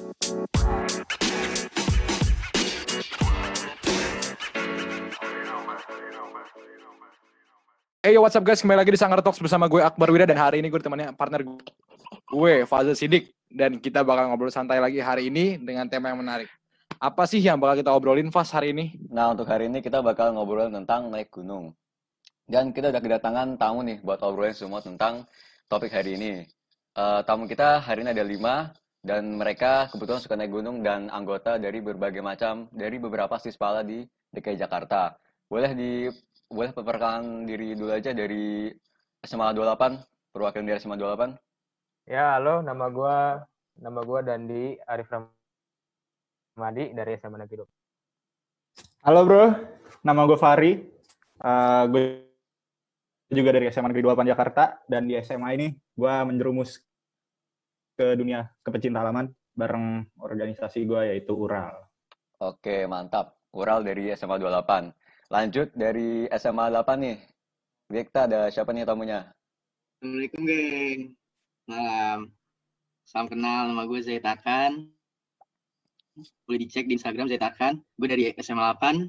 Hey, yo, what's up guys? Kembali lagi di Sanggar Talks bersama gue Akbar Wida, dan hari ini gue ditemani partner gue, Fazil Sidik, dan kita bakal ngobrol santai lagi hari ini dengan tema yang menarik. Apa sih yang bakal kita obrolin, Faz, hari ini? Nah, untuk hari ini kita bakal ngobrol tentang naik gunung. Dan kita udah kedatangan tamu nih buat obrolin semua tentang topik hari ini. Tamu kita hari ini ada 5, dan mereka kebetulan suka naik gunung dan anggota dari berbagai macam, dari beberapa sispala di DKI Jakarta. Boleh perkenalkan diri dulu aja dari SMA 28, perwakilan dari SMA 28. Ya, halo, nama gua Dandi Arif Ramadi dari SMA Negeri 2. Halo bro, nama gue Fahri. Gue juga dari SMA Negeri 28 Jakarta, dan di SMA ini gue menjerumus ke dunia kepecinta halaman bareng organisasi gue yaitu URAL. Oke, mantap. Ural dari SMA 28. Lanjut dari SMA 8 nih. Kita ada siapa nih tamunya? Assalamualaikum geng. Malam. Salam kenal, nama gue Zaid Arkan. Boleh dicek di Instagram Zaid Arkan. Gue dari SMA 8.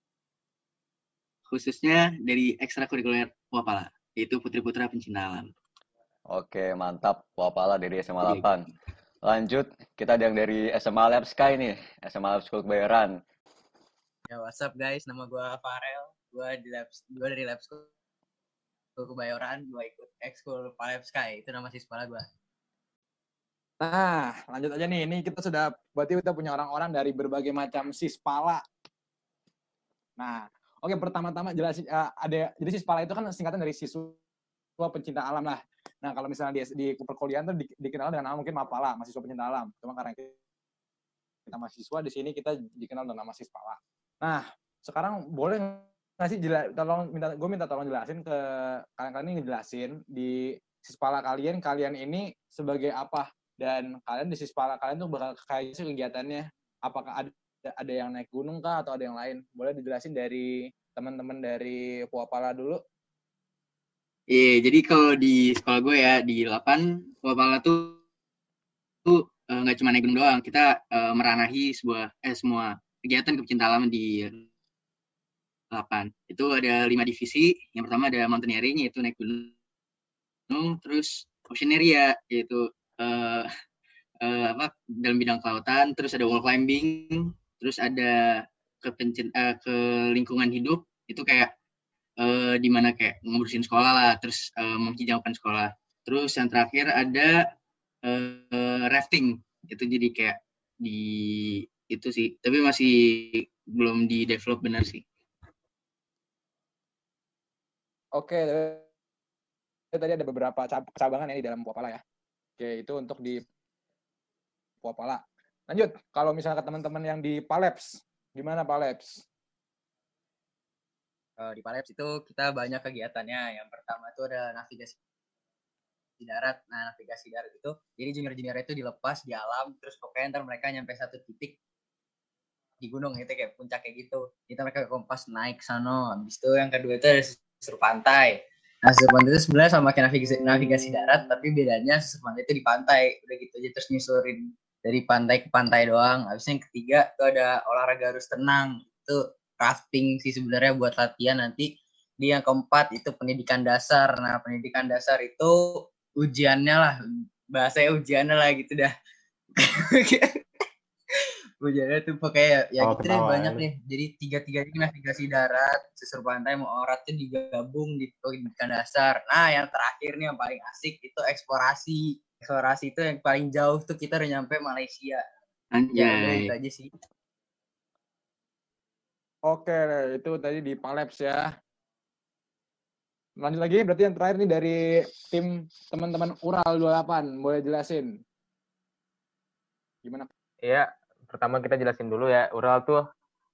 Khususnya dari ekstrakurikuler Wapala, yaitu Putri Putra Pencinta Alam. Oke, mantap. Wapala dari SMA 8. Lanjut, kita ada yang dari SMA Lab Sky nih. SMA Lab School Kebayoran. Ya, what's up guys? Nama gue Farel. Gue dari Lab School Kebayoran. Gue ikut ekskul Lab Sky. Itu nama siswa gue. Nah, lanjut aja nih. Ini berarti kita punya orang-orang dari berbagai macam sispala. Nah, oke, pertama-tama jelasin jadi sispala itu kan singkatan dari siswa pencinta alam lah. Nah, kalau misalnya di perkuliahan tuh dikenal dengan nama mungkin Mapala, mahasiswa pencinta alam. Cuma karena kita mahasiswa di sini, kita dikenal dengan nama sispala. Nah, sekarang boleh nggak sih gue minta tolong jelasin ke kalian ini, ngejelasin di sispala kalian ini sebagai apa, dan kalian di sispala kalian tuh bakal kayak sih kegiatannya, apakah ada yang naik gunung kah atau ada yang lain? Boleh dijelasin dari teman-teman dari Puapala dulu. Iya, jadi kalau di sekolah gue ya, di 8, Wapala tuh nggak cuma naik gunung doang. Kita meranahi semua kegiatan kepecinta alam di 8. Itu ada 5 divisi. Yang pertama ada mountaineering, yaitu naik gunung. Terus oceaneering, yaitu dalam bidang kelautan. Terus ada wall climbing. Terus ada ke lingkungan hidup. Itu kayak di mana kayak ngurusin sekolah lah. Terus menghijaukan sekolah. Terus yang terakhir ada rafting. Itu jadi kayak itu sih. Tapi masih belum di develop benar sih. Oke, tadi ada beberapa cabangan ya di dalam Puapala ya. Oke, itu untuk di Puapala. Lanjut, kalau misalnya ke teman-teman yang di Paleps, gimana Paleps? Di Paleps itu kita banyak kegiatannya. Yang pertama itu ada navigasi darat. Nah, navigasi darat itu, jadi junior-junior itu dilepas di alam, terus pokoknya ntar mereka nyampe satu titik di gunung, itu kayak puncak kayak gitu. Kita mereka kompas naik sana. Habis itu yang kedua itu ada susur pantai. Nah, susur pantai itu sebenarnya sama kayak navigasi darat, tapi bedanya susur pantai itu di pantai. Udah gitu aja, terus nyusurin dari pantai ke pantai doang. Habis yang ketiga itu ada olahraga arus tenang. Itu rafting sih sebenarnya buat latihan nanti. Di yang keempat itu pendidikan dasar. Nah, pendidikan dasar itu ujiannya lah, bahasanya ujiannya lah gitu dah. Ujiannya tuh pakai ya gitu deh, banyak nih. Jadi tiga-tiganya navigasi darat, susur pantai, mau orat tuh digabung di pendidikan dasar. Nah, yang terakhir nih yang paling asik itu eksplorasi. Eksplorasi itu yang paling jauh tuh kita udah nyampe Malaysia. Ya udah itu aja sih. Oke, itu tadi di Paleps ya. Lanjut lagi, berarti yang terakhir nih dari tim teman-teman Ural 28. Boleh jelasin? Gimana? Iya, pertama kita jelasin dulu ya. Ural tuh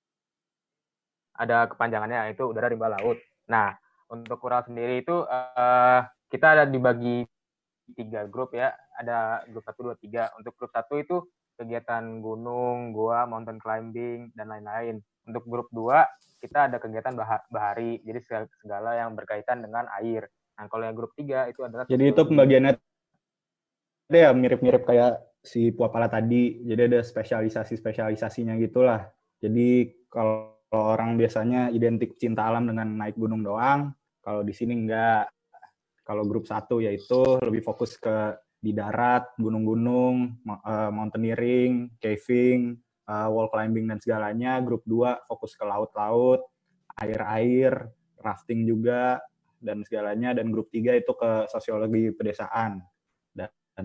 ada kepanjangannya, yaitu udara rimba laut. Nah, untuk Ural sendiri itu kita ada dibagi 3 grup ya. Ada grup 1, 2, 3. Untuk grup 1 itu kegiatan gunung, gua, mountain climbing, dan lain-lain. Untuk grup 2, kita ada kegiatan bahari, jadi segala yang berkaitan dengan air. Nah, kalau yang grup 3 itu adalah... Jadi itu pembagiannya ya mirip-mirip kayak si Puapala tadi. Jadi ada spesialisasinya gitulah. Jadi kalau orang biasanya identik cinta alam dengan naik gunung doang, kalau di sini enggak. Kalau grup 1 yaitu lebih fokus ke di darat, gunung-gunung, mountaineering, caving, wall climbing dan segalanya. Grup 2 fokus ke laut-laut, air-air, rafting juga dan segalanya. Dan grup 3 itu ke sosiologi pedesaan dan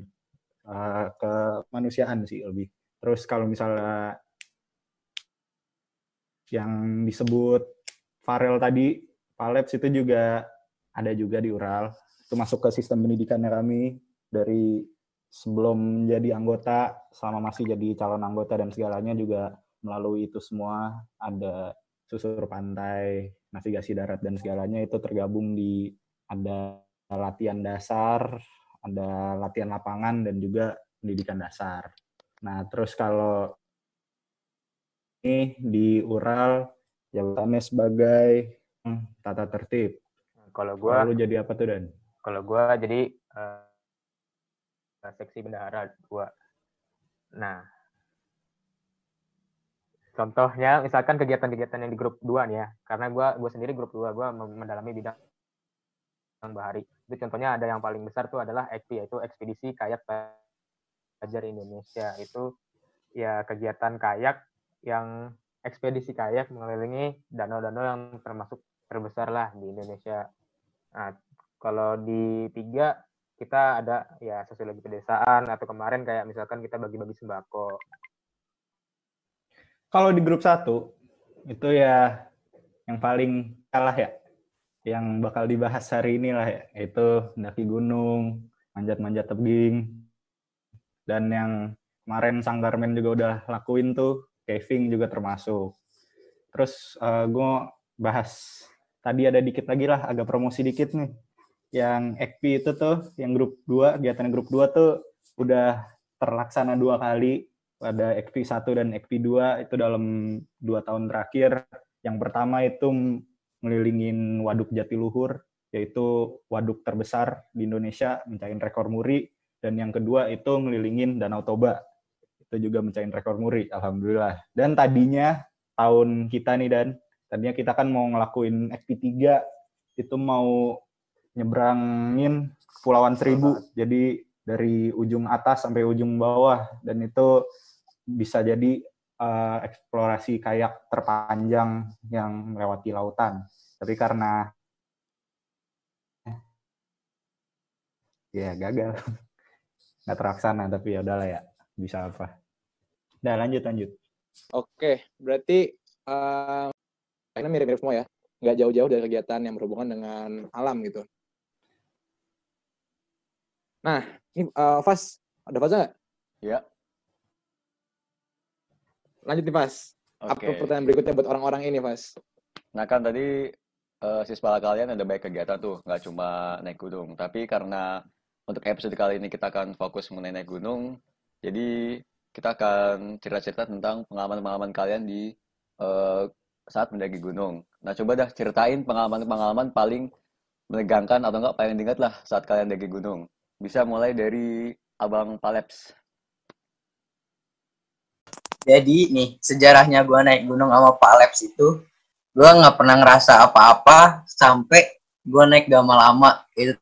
kemanusiaan sih lebih. Terus kalau misalnya yang disebut Farel tadi, Paleps itu juga ada juga di Ural. Itu masuk ke sistem pendidikannya kami dari sebelum jadi anggota, selama masih jadi calon anggota dan segalanya juga melalui itu semua. Ada susur pantai, navigasi darat dan segalanya itu tergabung di ada latihan dasar, ada latihan lapangan dan juga pendidikan dasar. Nah, terus kalau ini di Ural jabatannya sebagai tata tertib. Kalau Kalau lu gue jadi apa tuh, Dan? jadi seksi bendahara 2. Nah, contohnya misalkan kegiatan-kegiatan yang di grup 2 nih ya, karena gue sendiri grup 2, gue mendalami bidang bahari. Itu contohnya ada yang paling besar tuh adalah EKPI, yaitu Ekspedisi Kayak Pelajar Indonesia. Itu ya kegiatan kayak yang ekspedisi kayak mengelilingi danau-danau yang termasuk terbesar lah di Indonesia. Nah, kalau di 3 kita ada ya sosiologi pedesaan, atau kemarin kayak misalkan kita bagi-bagi sembako. Kalau di grup 1 itu ya yang paling kalah ya, yang bakal dibahas hari ini lah ya, itu mendaki gunung, manjat-manjat tebing, dan yang kemarin Sanggarmen juga udah lakuin tuh, caving juga termasuk. Terus gue bahas tadi ada dikit lagi lah, agak promosi dikit nih. Yang EKPI itu tuh, yang grup 2, kegiatan grup 2 tuh udah terlaksana 2 kali. Ada EKPI 1 dan EKPI 2 itu dalam 2 tahun terakhir. Yang pertama itu ngelilingin Waduk Jatiluhur, yaitu waduk terbesar di Indonesia, mencapai rekor muri. Dan yang kedua itu ngelilingin Danau Toba, itu juga mencapai rekor muri, alhamdulillah. Dan tadinya tahun kita nih, Dan, tadinya kita kan mau ngelakuin EKPI 3, itu mau nyebrangin Kepulauan Seribu, jadi dari ujung atas sampai ujung bawah, dan itu bisa jadi eksplorasi kayak terpanjang yang melewati lautan. Tapi karena ya gagal, nggak terlaksana, tapi ya udahlah ya, bisa apa. Nah, lanjut. Oke, berarti ini mirip-mirip semua ya, nggak jauh-jauh dari kegiatan yang berhubungan dengan alam gitu. Nah, ini Fas, ada Fas nggak? Ya. Lanjut nih, Fas. Apa Oke. pertanyaan berikutnya buat orang-orang ini, Fas? Nah kan tadi Sispala kalian ada banyak kegiatan tuh, nggak cuma naik gunung. Tapi karena untuk episode kali ini kita akan fokus mengenai naik gunung, jadi kita akan cerita-cerita tentang pengalaman-pengalaman kalian di saat mendaki gunung. Nah coba dah ceritain pengalaman-pengalaman paling menegangkan atau enggak paling diingat lah saat kalian mendaki gunung. Bisa mulai dari Abang Paleps. Jadi nih, sejarahnya gue naik gunung sama Pak Leps itu, gue nggak pernah ngerasa apa-apa sampai gue naik gak lama itu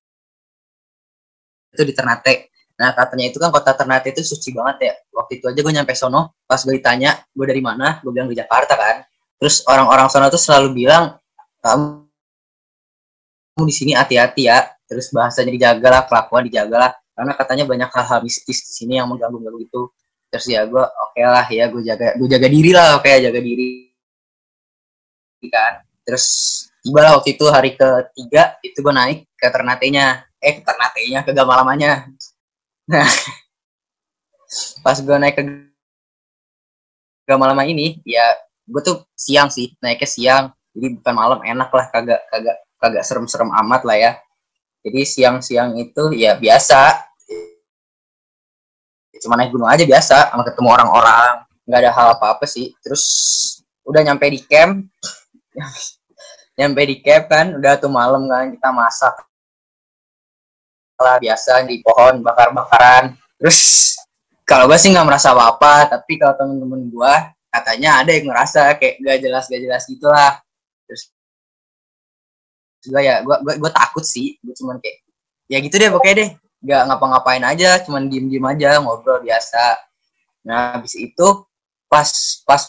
di Ternate. Nah katanya itu kan kota Ternate itu suci banget ya. Waktu itu aja gue nyampe sono, pas gue ditanya gue dari mana, gue bilang di Jakarta kan. Terus orang-orang sono tuh selalu bilang, kamu di sini hati-hati ya. Terus bahasanya dijagalah, kelakuan dijagalah, karena katanya banyak hal-hal mistis di sini yang mengganggu-ganggu itu. Terus ya gue oke lah ya, gue jaga diri lah, oke jaga diri kan. Terus tibalah waktu itu hari ketiga itu gue naik ke Ternate-nya, ke Gamalamanya. Nah pas gue naik ke Gamalama ini ya gue tuh siang sih, naiknya siang, jadi bukan malam, enak lah, kagak serem-serem amat lah ya. Jadi siang-siang itu ya biasa, cuma naik gunung aja biasa, sama ketemu orang-orang, nggak ada hal apa-apa sih. Terus udah nyampe di camp kan, udah tuh malam kan, kita masak lah biasa di pohon, bakar-bakaran. Terus Kalau gue sih nggak merasa apa-apa, tapi kalau temen-temen gue katanya ada yang ngerasa kayak gak jelas gitu lah. Terus gue takut sih, gue cuman kayak ya gitu deh pokoknya deh, gak ngapa-ngapain aja, cuman diem-diem aja ngobrol biasa. Nah habis itu pas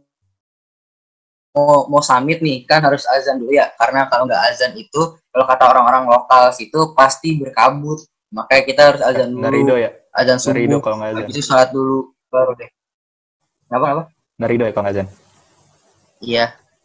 mau summit nih kan harus azan dulu ya, karena kalau nggak azan itu kalau kata orang-orang lokal situ pasti berkabut, makanya kita harus azan Nggak ridho dulu, ya? azan Nggak ridho subuh, kalau nggak azan. habis itu sholat dulu baru deh. Apa? Nggak ridho ya kalau nggak azan. Iya.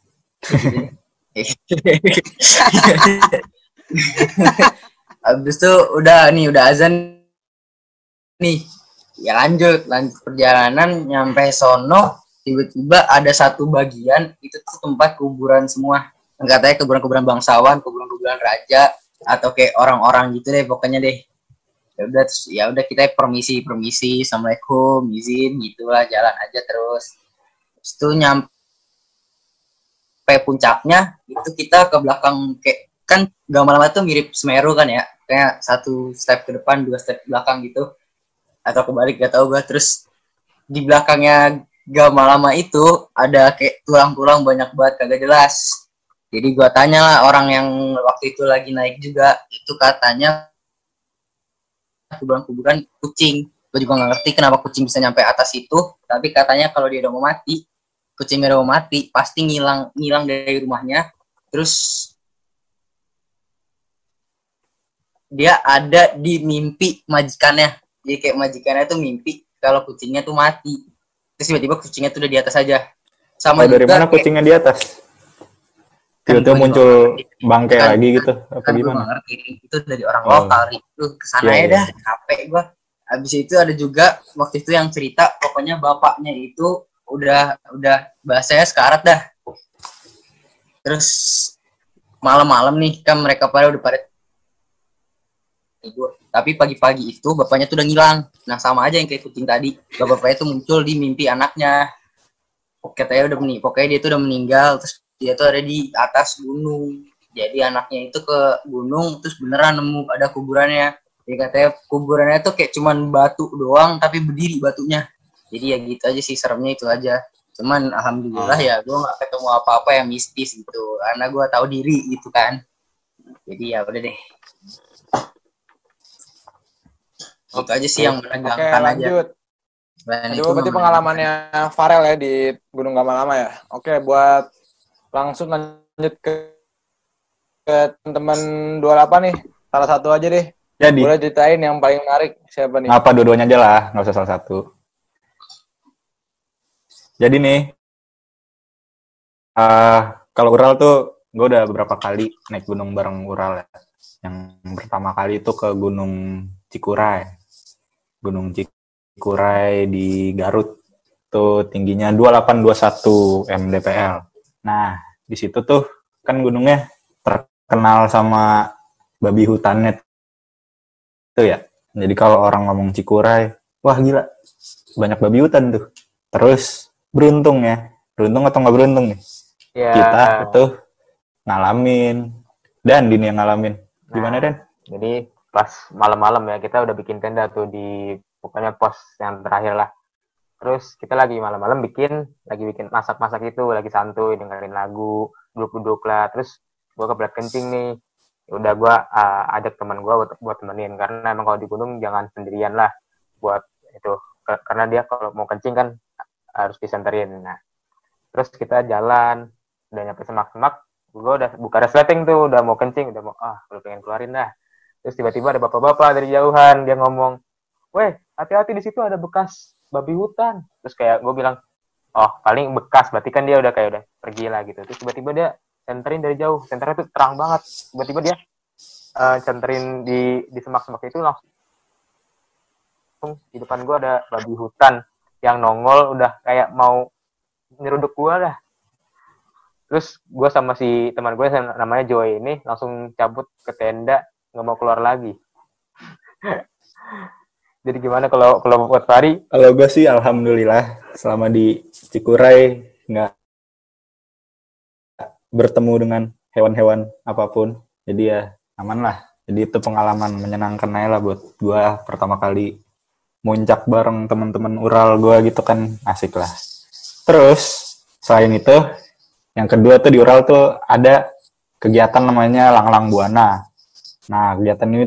Habis itu udah azan nih, ya lanjut perjalanan nyampe sono, tiba-tiba ada satu bagian itu tuh tempat kuburan semua, katanya kuburan bangsawan, kuburan raja, atau kayak orang-orang gitu deh pokoknya deh. Ya udah kita permisi, assalamualaikum, izin gitulah, jalan aja terus. Terus itu nyampe puncaknya itu kita ke belakang, kayak kan Gamalama tuh mirip Semeru kan ya, kayak satu step ke depan 2 step ke belakang gitu, atau kebalik gak tau gue. Terus di belakangnya Gamalama itu ada kayak tulang-tulang banyak banget kagak jelas. Jadi gue tanya lah orang yang waktu itu lagi naik juga, itu katanya kuburan kucing. Gue juga nggak ngerti kenapa kucing bisa nyampe atas itu, tapi katanya kalau dia udah mau mati, kucingnya udah mau mati, pasti ngilang dari rumahnya. Terus dia ada di mimpi majikannya. Jadi kayak majikannya tuh mimpi kalau kucingnya tuh mati. Terus tiba-tiba kucingnya tuh udah di atas aja. Sama Dari juga mana kucingnya di atas? kan Tiba-tiba muncul bangkai kan, lagi gitu, apa kan gue gimana? gak ngerti, itu dari orang Oh. lokal itu kesana Iya, ya iya. dah, capek gue. Habis itu ada juga waktu itu yang cerita, pokoknya bapaknya itu udah bahasanya sekarat dah. Terus malam-malam nih kan mereka pada tidur, tapi pagi-pagi itu bapaknya tuh udah ngilang. Nah sama aja yang kayak kucing tadi, bapaknya tuh muncul di mimpi anaknya, katanya pokoknya dia tuh udah meninggal, terus dia tuh ada di atas gunung. Jadi anaknya itu ke gunung, terus beneran nemu ada kuburannya. Jadi katanya kuburannya tuh kayak cuman batu doang, tapi berdiri batunya. Jadi ya gitu aja sih, seremnya itu aja. Cuman alhamdulillah ya gue gak ketemu apa-apa yang mistis gitu, karena gue tahu diri gitu kan. Jadi ya udah deh. Itu aja sih yang menegangkan aja. Lanjut. Selain Itu berarti pengalamannya Farel ya di Gunung Gamalama ya. Oke, buat langsung lanjut ke teman 28 nih. Salah satu aja deh. Jadi, boleh ceritain yang paling menarik siapa nih? apa dua-duanya aja lah, nggak usah salah satu. Jadi nih, kalau Ural tuh gue udah beberapa kali naik gunung bareng Ural ya. Yang pertama kali itu ke Gunung Cikuray. Gunung Cikuray di Garut. Tuh tingginya 2821 mdpl. Nah, di situ tuh kan gunungnya terkenal sama babi hutannya tuh ya. Jadi kalau orang ngomong Cikuray, wah gila, banyak babi hutan tuh. Terus beruntung atau nggak beruntung nih? Ya. Kita tuh ngalamin, dan Din yang ngalamin. Gimana, Dan? Jadi pas malam-malam ya, kita udah bikin tenda tuh di pokoknya pos yang terakhir lah. Terus kita lagi malam-malam bikin masak-masak itu, lagi santuy, dengerin lagu, duduk-duduk lah. Terus gue kebelet kencing nih. Udah gue ajak teman gue buat temenin, karena emang kalau di gunung jangan sendirian lah buat itu, karena dia kalau mau kencing kan harus disenterin. Nah, terus kita jalan, udah nyampe semak-semak, gue udah buka resleting tuh, udah mau kencing, udah pengen keluarin dah. Terus tiba-tiba ada bapak-bapak dari jauhan, dia ngomong, "Weh, hati-hati di situ ada bekas babi hutan." Terus kayak gue bilang, "Oh, paling bekas, berarti kan dia udah pergi lah gitu." Terus tiba-tiba dia senterin dari jauh, senternya tuh terang banget. Tiba-tiba dia senterin di semak-semak itu, langsung di depan gue ada babi hutan yang nongol, udah kayak mau nyeruduk gue lah. Terus gue sama si teman gue yang namanya Joy ini langsung cabut ke tenda, nggak mau keluar lagi. Jadi gimana kalau buat Fari? Kalau gue sih alhamdulillah selama di Cikuray nggak bertemu dengan hewan-hewan apapun. Jadi ya aman lah. Jadi itu pengalaman menyenangkan aja lah buat gue pertama kali muncak bareng teman-teman Ural gue gitu kan, asik lah. Terus selain itu, yang kedua tuh di Ural tuh ada kegiatan namanya Langlang Buana. Nah, kegiatan ini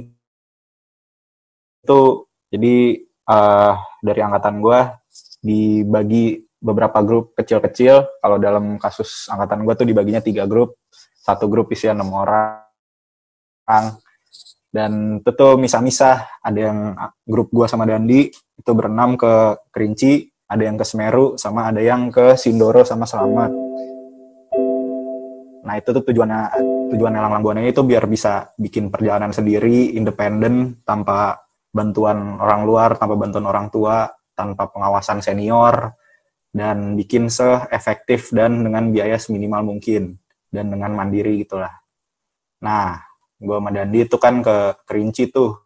tuh jadi dari angkatan gue dibagi beberapa grup kecil-kecil. Kalau dalam kasus angkatan gue tuh dibaginya 3 grup. Satu grup isinya 6 orang. Dan itu tuh misah-misah. Ada yang grup gue sama Dandi itu berenam ke Kerinci, ada yang ke Semeru, sama ada yang ke Sindoro sama Selamat. Nah itu tuh tujuan Langlang Buana itu biar bisa bikin perjalanan sendiri, independen, tanpa bantuan orang luar, tanpa bantuan orang tua, tanpa pengawasan senior, dan bikin se-efektif dan dengan biaya seminimal mungkin, dan dengan mandiri gitulah. Nah, gue sama Dandi itu kan ke Kerinci tuh,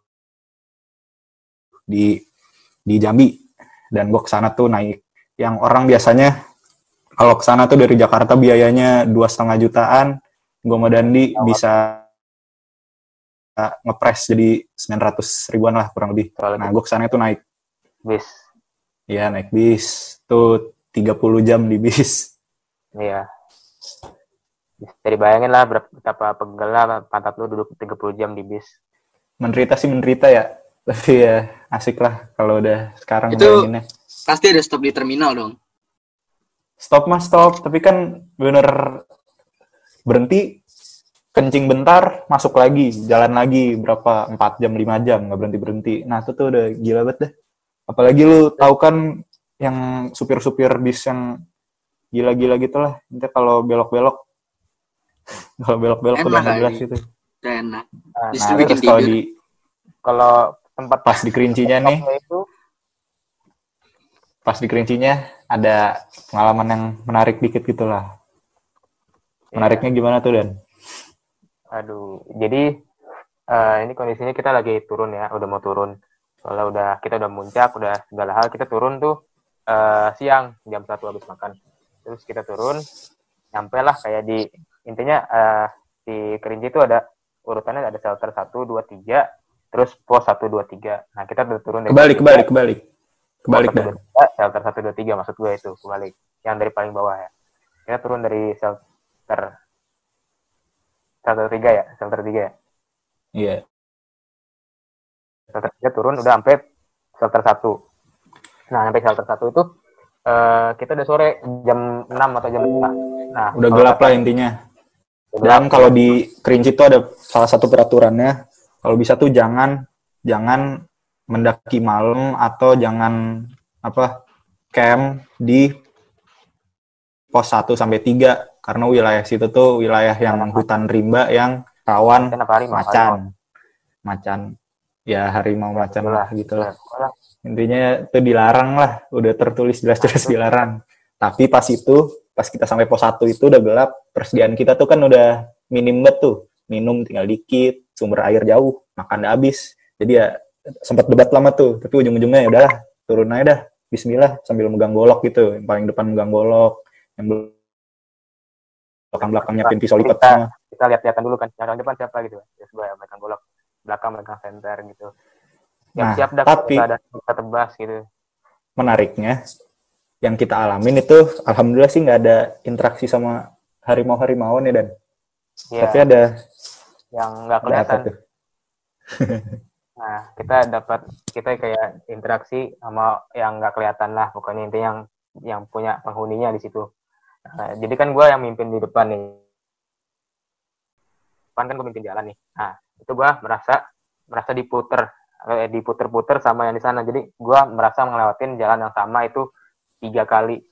di Jambi, dan gue kesana tuh naik. Yang orang biasanya kalau kesana tuh dari Jakarta biayanya 2,5 jutaan, gue sama Dandi bisa ngepres jadi 900 ribuan lah kurang lebih. Nah, gue kesana tuh naik bis. Iya, naik bis. Tuh 30 jam di bis. Iya. Bisa dibayangin lah betapa pegel pantat lu duduk 30 jam di bis. Menderita sih menderita ya. Tapi ya asik lah kalau udah sekarang Itu bayanginnya. pasti ada stop di terminal dong. Stop mas, stop. Tapi kan bener berhenti, kencing bentar, masuk lagi, jalan lagi berapa 4 jam 5 jam nggak berhenti. Nah itu tuh udah gila banget dah. Apalagi lu tahu kan yang supir-supir bis yang gila-gila gitulah. Nanti kalau belok-belok udah nggak jelas gitu. Enak. Nah Justru bikin terus kalau tidur. Kalau tempat pas di Kerincinya nih, itu pas di Kerincinya ada pengalaman yang menarik dikit gitulah. Menariknya gimana tuh Dan? Aduh, jadi ini kondisinya kita lagi turun ya, udah mau turun. Soalnya kita udah muncak, udah segala hal, kita turun tuh siang, jam 1 habis makan. Terus kita turun, nyampe lah kayak intinya di Kerinci itu ada urutannya, ada shelter 1, 2, 3, terus pos 1, 2, 3. Nah, kita udah turun dari Kebalik dah. Shelter 1, 2, 3 maksud gue itu, kebalik. Yang dari paling bawah ya. Kita turun dari shelter 3 ya? Iya. Shelter 3 turun, udah sampai shelter 1. Nah, sampai shelter 1 itu kita udah sore, jam 6 atau jam 5. Nah, udah gelap lah intinya. Dan kalau di Kerinci itu ada salah satu peraturannya, kalau bisa tuh jangan mendaki malam atau jangan camp di pos 1 sampai 3 karena wilayah situ tuh wilayah yang hutan rimba yang rawan macan. Ya harimau macan lah gitulah. Intinya itu dilarang lah, udah tertulis jelas-jelas dilarang. Tapi pas kita sampai pos 1 itu udah gelap, persediaan kita tuh kan udah minim banget tuh. Minum tinggal dikit, sumber air jauh, makan udah habis. Jadi ya sempat debat lama tuh, tapi ujung-ujungnya ya udahlah, turun aja dah. Bismillah sambil megang golok gitu. Yang paling depan megang golok, yang belakang nyiapin pisau lipat semua. Kita lihat-lihatan dulu kan, yang depan siapa gitu. Ya sebelah megang golok, belakang megang senter gitu. Yang siap dah tapi kita tebas gitu. Menariknya yang kita alamin itu alhamdulillah sih nggak ada interaksi sama harimau-harimauan ya Dan. Ya, tapi ada yang nggak kelihatan. Nah, kita kayak interaksi sama yang nggak kelihatan lah, pokoknya intinya yang punya penghuninya di situ. Nah, jadi kan gue yang mimpin di depan nih. Depan kan gue mimpin jalan nih. Nah, itu gue merasa diputer-puter sama yang di sana. Jadi gue merasa ngelewatin jalan yang sama itu 4 kali.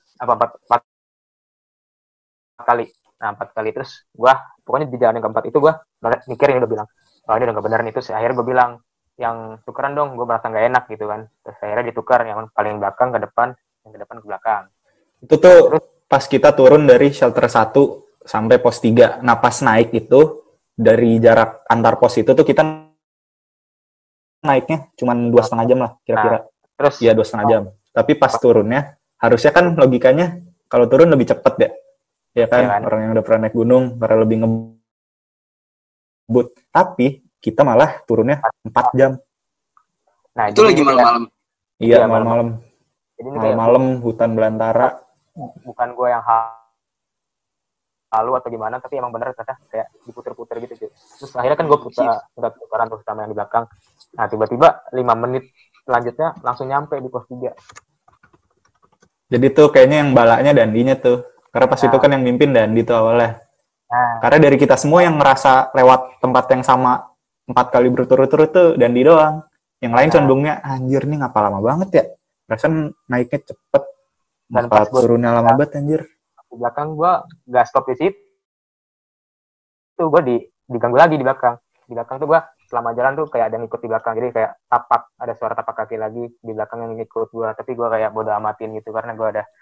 Nah, 4 kali terus gue pokoknya di jalan yang keempat itu gue mikirin, udah bilang, oh ini udah gak benar nih. Terus akhirnya gue bilang, yang tukeran dong, gue merasa gak enak gitu kan. Terus akhirnya ditukar, yang paling belakang ke depan, yang ke depan ke belakang. Itu tuh terus, pas kita turun dari shelter 1 sampai pos 3. Nah pas naik itu, dari jarak antar pos itu tuh kita naiknya cuma 2,5 jam lah kira-kira. Nah, terus ya 2,5 jam. Tapi pas turunnya, harusnya kan logikanya kalau turun lebih cepet deh. Ya kan, orang yang udah pernah naik gunung, para lebih ngebut. Tapi kita malah turunnya 4 jam. Nah, itu lagi malam-malam. Iya, Iya, malam-malam. malam-malam. Jadi ini kayak Malam-malam hutan belantara. bukan gue yang halu atau gimana, tapi emang bener kata kayak diputer-puter gitu cuy. Terus akhirnya kan gue nggak putaran tuh sama yang di belakang. Nah tiba-tiba 5 menit selanjutnya langsung nyampe di pos 3. Jadi tuh kayaknya yang balaknya Dandinya tuh. Karena pas itu kan yang mimpin Dandi tuh awalnya. Nah, Karena dari kita semua yang ngerasa lewat tempat yang sama 4 kali berturut-turut tuh Dandi doang. Yang lain condongnya, anjir nih ngapa lama banget ya. Perasaan naiknya cepet. Dan Ngapa pas gua turunnya lama banget anjir. di belakang gue nggak stop di situ, tuh gue diganggu lagi di belakang. Di belakang tuh gue selama jalan tuh kayak ada yang ikut di belakang, jadi kayak tapak, ada suara tapak kaki lagi di belakang yang ikut gue, tapi gue kayak bodo amatin gitu karena gue udah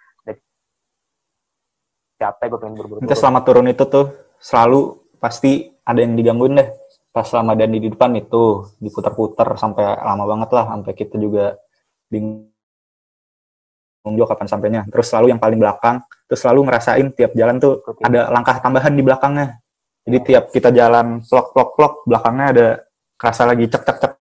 capek, gue pengen buru-buru. Nanti selama turun itu tuh selalu pasti ada yang digangguin deh. Pas selama Dandi di depan itu diputar-putar sampai lama banget lah, sampai kita juga bingung juga kapan sampainya. Terus selalu yang paling belakang, terus selalu ngerasain tiap jalan tuh ada langkah tambahan di belakangnya. Jadi tiap kita jalan plok, belakangnya ada kerasa lagi cek.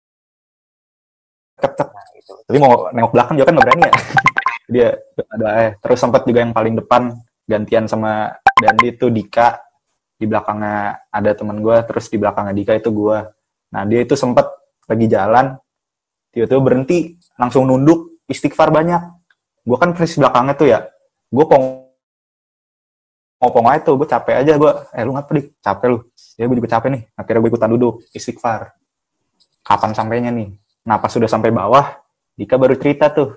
Tapi mau nengok belakang juga kan nggak berani ya. Dia ada terus sempat juga yang paling depan gantian sama Dandi itu Dika. Di belakangnya ada teman gue, terus di belakangnya Dika itu gue. Nah dia itu sempat lagi jalan, tiba-tiba berhenti, langsung nunduk, istighfar banyak. Gue kan persis belakangnya tuh ya, gue ngopong aja tuh, gue capek aja, lu ngapa dik, capek lu, ya gue juga capek nih, akhirnya gue ikutan duduk, istighfar. Kapan sampainya nih? Nah pas sudah sampai bawah, Dika baru cerita tuh,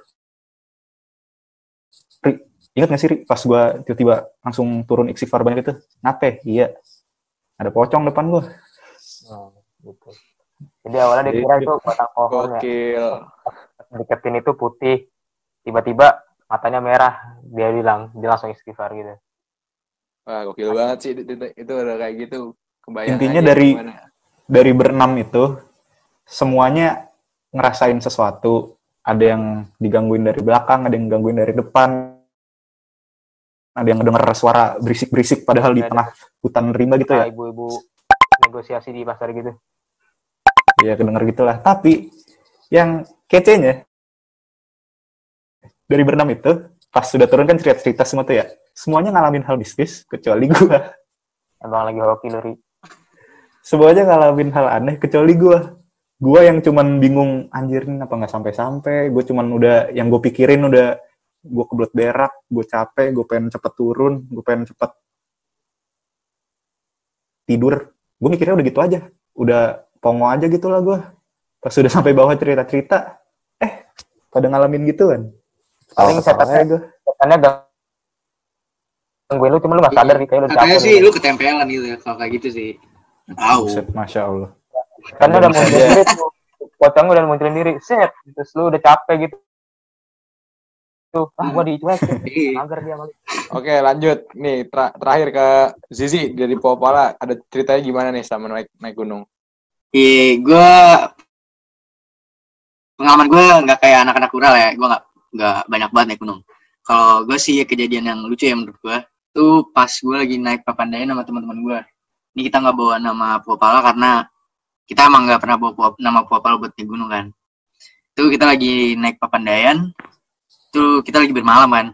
Ri, ingat gak sih Ri, pas gue tiba-tiba langsung turun istighfar banyak itu, ngapain? Iya, ada pocong depan gue. Gitu. Jadi awalnya dia kira itu batang pohon ya. Gokil. Deketin itu putih, tiba-tiba matanya merah, dia bilang, dia langsung istighfar gitu. Wah, gokil banget sih itu udah kayak gitu. Kebayang Intinya aja gimana. dari berenam itu semuanya ngerasain sesuatu. Ada yang digangguin dari belakang, ada yang gangguin dari depan, ada yang dengar suara berisik-berisik padahal di tengah hutan rimba gitu ya. Ibu-ibu negosiasi di pasar gitu. Iya, kedenger gitulah. Tapi yang kecenya dari berenam itu pas sudah turun kan cerita-cerita semua tuh ya. Semuanya ngalamin hal mistis kecuali gue. Emang lagi hoki lu, Ri. Semuanya ngalamin hal aneh kecuali gue. Gue yang cuman bingung, anjir nih apa nggak sampai-sampai. Gue cuman udah, yang gue pikirin udah, gue kebelet berak, gue capek, gue pengen cepet turun, gue pengen cepet tidur. Gue mikirnya udah gitu aja. Udah pongo aja gitu lah gue. Pas sudah sampai bawah cerita-cerita, pada ngalamin gitu kan. Paling setannya gangguin lu, cuma lu gak sadar nih, kayak lu capek. Katanya sih lu ketempelan gitu ya, kalau kayak gitu sih. Tahu. Buset, Masya Allah. Karena udah munculin diri tuh. Pocong udah munculin diri, set. Terus lu udah capek gitu. Tuh, gua dicuekin. Agar dia malah. Oke, lanjut. Nih, terakhir ke Zizi dari Popala. Ada ceritanya gimana nih sama naik gunung? Gue pengalaman gue nggak kayak anak-anak rural ya. Gue nggak banyak banget naik gunung. Kalau gue sih kejadian yang lucu ya menurut gue. Tuh pas gue lagi naik Papandayan sama teman-teman gue. Ini kita nggak bawa nama Popala karena kita emang nggak pernah bawa nama Popala buat naik gunung kan. Tuh kita lagi naik Papandayan. Tuh kita lagi bermalam kan.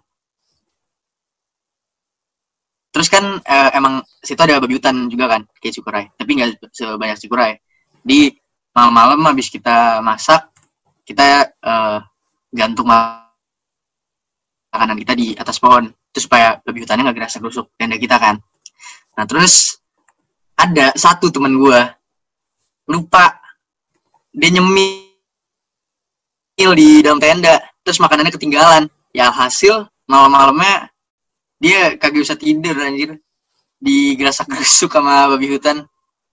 Terus kan emang situ ada babi hutan juga kan, kayak Cikuray. Tapi nggak sebanyak Cikuray. Di malam-malam habis kita masak, kita gantung makanan kita di atas pohon. Terus supaya babi hutannya nggak gerasa gerusuk tenda kita kan. Nah terus ada satu teman gue lupa, dia nyemil di dalam tenda. Terus makanannya ketinggalan. Ya hasil malam-malamnya dia kagak bisa tidur anjir. Digerasak-gerusuk sama babi hutan.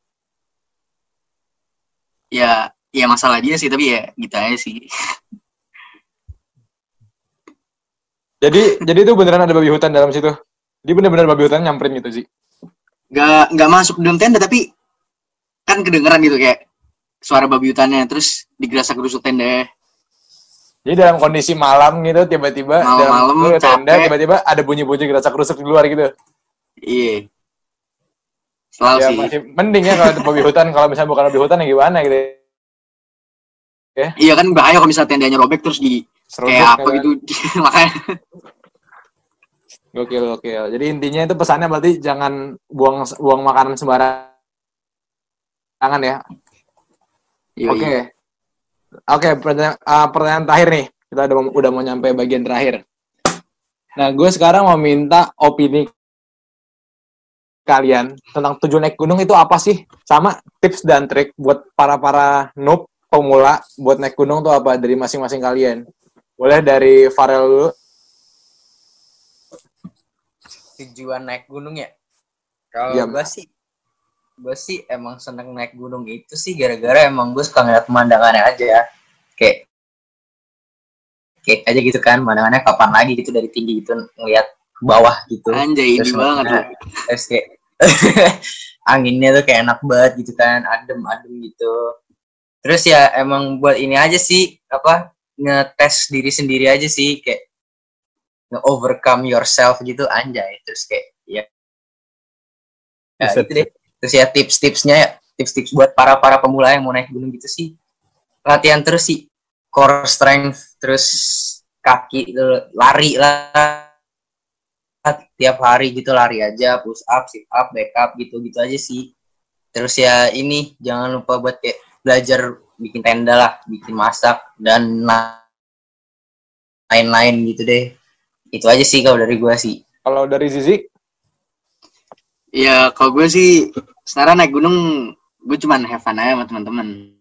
Ya masalah dia sih, tapi ya gitu aja sih. Jadi itu beneran ada babi hutan dalam situ? Dia bener-bener babi hutan nyamperin gitu sih? Gak masuk dalam tenda, tapi kan kedengeran gitu kayak suara babi hutannya, terus digerasak-gerusuk tenda. Jadi dalam kondisi malam gitu, tiba-tiba dalam tenda, tiba-tiba ada bunyi-bunyi gerasak-gerusuk di luar gitu? Iya. Selalu ya, sih. Masih mending ya kalau babi hutan, kalau misalnya bukan babi hutan ya gimana gitu. Iya kan bahaya kalau misalnya tendanya robek terus di Seruduk, kayak apa kan? gitu. Makanya Gokil. Jadi intinya itu pesannya berarti jangan buang makanan sembarangan ya. iya. Oke, pertanyaan terakhir nih. Kita udah mau nyampe bagian terakhir. Nah, gue sekarang mau minta opini kalian tentang tujuan naik gunung itu apa sih? Sama tips dan trik buat para noob pemula buat naik gunung tuh apa dari masing-masing kalian? Boleh dari Farel dulu. Tujuan naik gunung ya. Kalau Iya. gue sih emang seneng naik gunung itu sih gara-gara emang gue suka ngeliat pemandangannya aja. Kayak aja gitu kan, pemandangannya kapan lagi gitu dari tinggi gitu ngeliat ke bawah gitu. Anjay, ini Terus banget loh. terus kayak anginnya tuh kayak enak banget gitu kan, adem gitu. Terus ya emang buat ini aja sih, ngetes diri sendiri aja sih, kayak nge-overcome yourself gitu, anjay. Terus kayak ya gitu deh. Terus ya tips buat para pemula yang mau naik gunung gitu sih, latihan terus sih, core strength, terus kaki, lari lah tiap hari gitu, lari aja, push up, sit up, back up gitu aja sih. Terus ya ini jangan lupa buat kayak belajar bikin tenda lah, bikin masak dan lain-lain gitu deh. Itu aja sih kalau dari gue sih. Kalau dari Zizi? Ya kalau gue sih sekarang naik gunung gue cuman have fun aja sama teman-teman.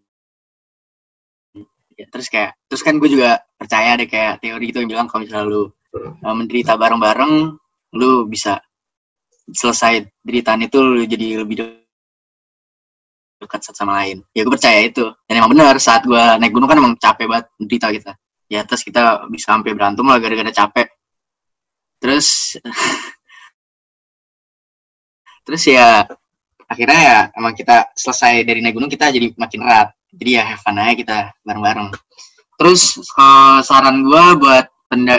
Ya, terus kan gue juga percaya deh kayak teori itu yang bilang kalau misalnya lu menderita bareng-bareng, lu bisa selesai deritaan itu lu jadi lebih dekat satu sama lain. Ya gue percaya itu. Dan emang benar saat gue naik gunung kan emang capek banget menderita kita. Ya terus kita bisa sampai berantem lah gara-gara capek. Terus ya akhirnya ya emang kita selesai dari naik gunung kita jadi makin erat. Jadi ya have fun aja kita bareng-bareng. Terus saran gue buat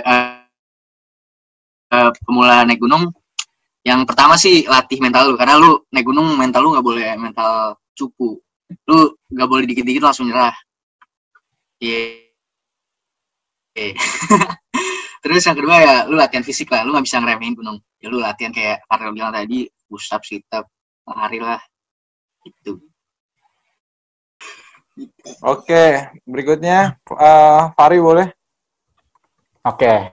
pemula naik gunung, yang pertama sih latih mental lu, karena lu naik gunung mental lu nggak boleh mental cupu, lu nggak boleh dikit-dikit langsung nyerah. Terus yang kedua ya lu latihan fisik lah, lu nggak bisa ngeremehin gunung, ya lu latihan kayak Farel bilang tadi, push up, sit up, lari lah itu. Oke, berikutnya Fari boleh? Oke.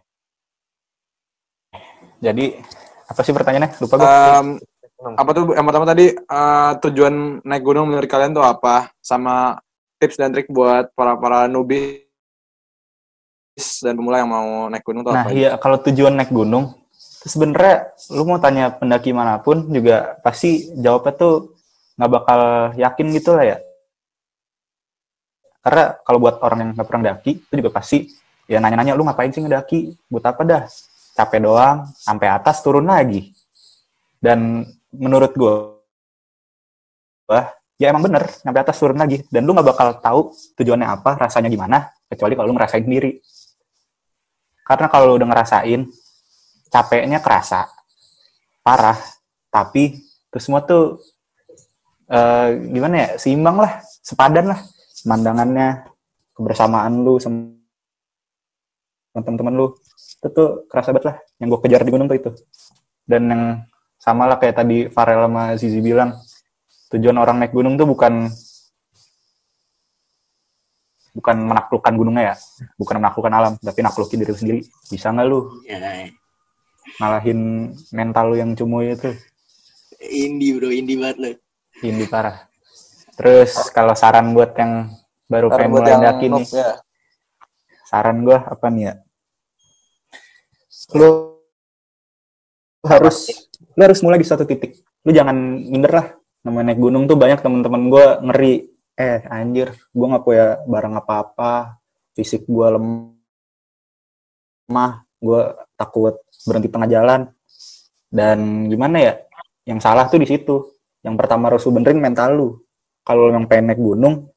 Jadi apa sih pertanyaannya? Lupa gue. Apa tuh yang pertama tadi tujuan naik gunung menurut kalian tuh apa? Sama tips dan trik buat para newbie dan pemula yang mau naik gunung tuh apa? Nah iya, kalau tujuan naik gunung, sebenarnya lu mau tanya pendaki manapun juga pasti jawabnya tuh nggak bakal yakin gitu lah ya. Karena kalau buat orang yang nggak pernah daki, itu juga pasti ya nanya-nanya, lu ngapain sih ngedaki? Buat apa dah? Capek doang, sampai atas turun lagi. Dan menurut gue, ya emang bener, sampai atas turun lagi. Dan lu nggak bakal tahu tujuannya apa, rasanya gimana, kecuali kalau lu ngerasain sendiri. Karena kalau lu udah ngerasain, capeknya kerasa, parah, tapi itu semua tuh gimana ya, seimbang lah, sepadan lah. Pemandangannya, kebersamaan lu sama teman-teman lu, itu tuh kerasa banget lah. Yang gue kejar di gunung tuh itu. Dan yang sama lah kayak tadi Farel sama Zizi bilang, tujuan orang naik gunung tuh bukan menaklukkan gunungnya ya, bukan menaklukkan alam, tapi naklukin diri lu sendiri. Bisa nggak lu ngalahin mental lu yang cumuy itu? Indie banget lo. Indie parah. Terus kalau saran buat yang baru pengen mulai daki nih, ya. saran gue apa nih ya? Lu harus mulai di satu titik. Lu jangan minder lah. Namanya naik gunung tuh banyak teman-teman gue ngeri. Anjir, gue nggak punya barang apa-apa. Fisik gue lemah. Gue takut berhenti tengah jalan. Dan gimana ya? Yang salah tuh di situ. Yang pertama harus lu benerin mental lu. Kalau yang pengen naik gunung,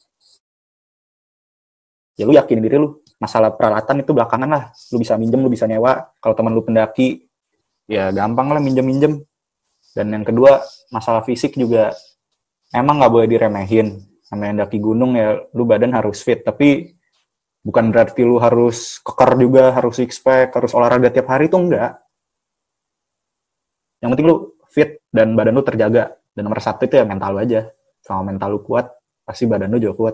ya lu yakin diri lu. Masalah peralatan itu belakangan lah. Lu bisa minjem, lu bisa nyewa. Kalau teman lu pendaki, ya gampang lah minjem-minjem. Dan yang kedua, masalah fisik juga emang nggak boleh diremehin. namanya daki gunung ya, lu badan harus fit, tapi bukan berarti lu harus keker juga, harus six pack, harus olahraga tiap hari, tuh enggak. Yang penting lu fit dan badan lu terjaga. Dan nomor satu itu ya mental lu aja. Sama mental lu kuat, pasti badan lu juga kuat.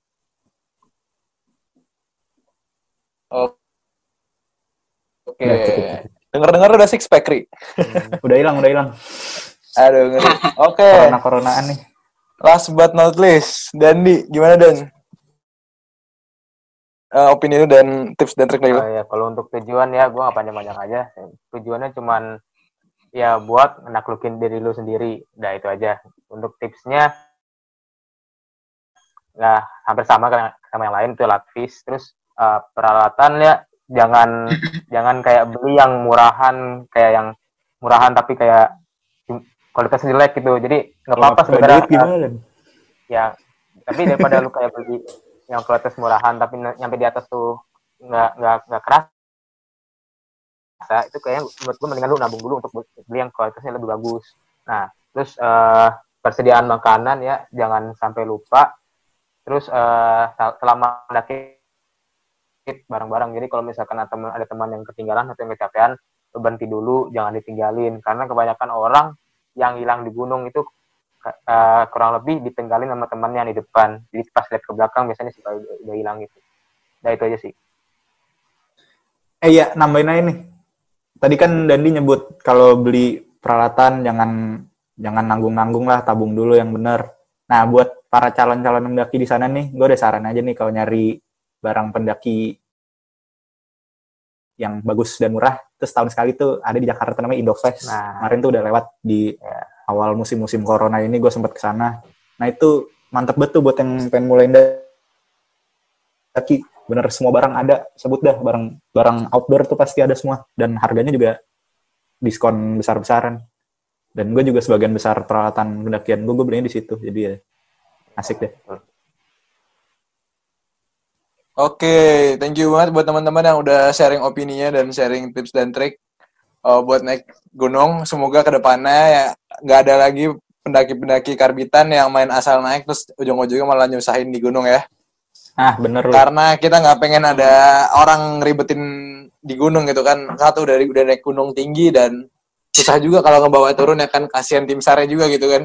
Oke. Udah, cukup. Dengar-dengar udah six pack, Ri. Udah hilang. Aduh, ngeri. Oke. Corona-coronaan nih. Last but not least, Dandi, gimana Dan? Opini lu dan tips dan trik dari lu. Ya, kalau untuk tujuan ya, gue nggak panjang-panjang aja. Tujuannya cuman ya buat menaklukin diri lu sendiri. Udah itu aja. Untuk tipsnya, nah hampir sama yang lain itu latvis. Terus peralatan ya jangan kayak beli yang murahan, tapi kayak kualitasnya jelek gitu. Jadi nggak apa-apa sebenarnya. Ya, tapi daripada lu kayak beli yang kualitas murahan tapi nyampe di atas tuh nggak keras, itu kayaknya menurut gue mendingan lu nabung dulu untuk beli yang kualitasnya lebih bagus. Nah, terus persediaan makanan ya jangan sampai lupa. Terus selama mendaki bareng-bareng, jadi kalau misalkan ada teman yang ketinggalan atau yang kecapean, berhenti dulu, jangan ditinggalin, karena kebanyakan orang yang hilang di gunung itu kurang lebih ditinggalin sama temannya yang di depan. Jadi pas lihat ke belakang biasanya suka udah hilang gitu. Nah itu aja sih. Iya, nambahin aja nih. Tadi kan Dandi nyebut kalau beli peralatan jangan nanggung-nanggung lah, tabung dulu yang benar. Nah, buat para calon-calon pendaki di sana nih, gue ada saran aja nih kalau nyari barang pendaki yang bagus dan murah. Terus tahun sekali tuh ada di Jakarta namanya Indofest. Nah, kemarin tuh udah lewat di awal musim-musim corona ini, gue sempat kesana. Nah itu mantep banget tuh buat yang pengen mulai daki. Bener semua barang ada, sebut dah barang outdoor tuh pasti ada semua. Dan harganya juga diskon besar-besaran. Dan gue juga sebagian besar peralatan pendakian gue belinya di situ. Jadi ya asik deh. Oke, thank you banget buat teman-teman yang udah sharing opininya dan sharing tips dan trik buat naik gunung. Semoga kedepannya ya nggak ada lagi pendaki-pendaki karbitan yang main asal naik terus ujung-ujungnya malah nyusahin di gunung ya. Ah bener loh. Karena kita nggak pengen ada orang ngeribetin di gunung gitu kan. Satu udah naik gunung tinggi dan susah juga kalau ngebawa turun ya kan, kasihan tim SAR juga gitu kan.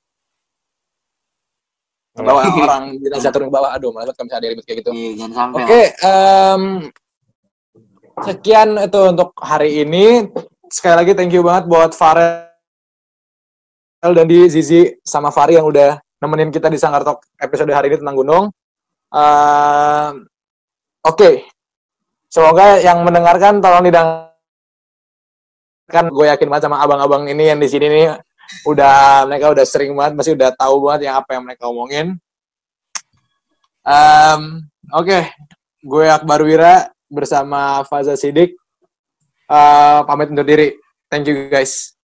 Bawa orang bisa turun ke bawah, aduh malah kalau misalnya ribet kayak gitu. Oke, sekian itu untuk hari ini. Sekali lagi thank you banget buat Farel dan di Zizi sama Fari yang udah nemenin kita di Sanggar Talk episode hari ini tentang gunung. Oke. Semoga yang mendengarkan tolong didengarkan. Gue yakin banget sama abang-abang ini yang di sini nih mereka udah sering banget, masih udah tahu banget yang apa yang mereka omongin. Oke. Gue Akbar Wira bersama Faza Sidik pamit undur diri. Thank you guys.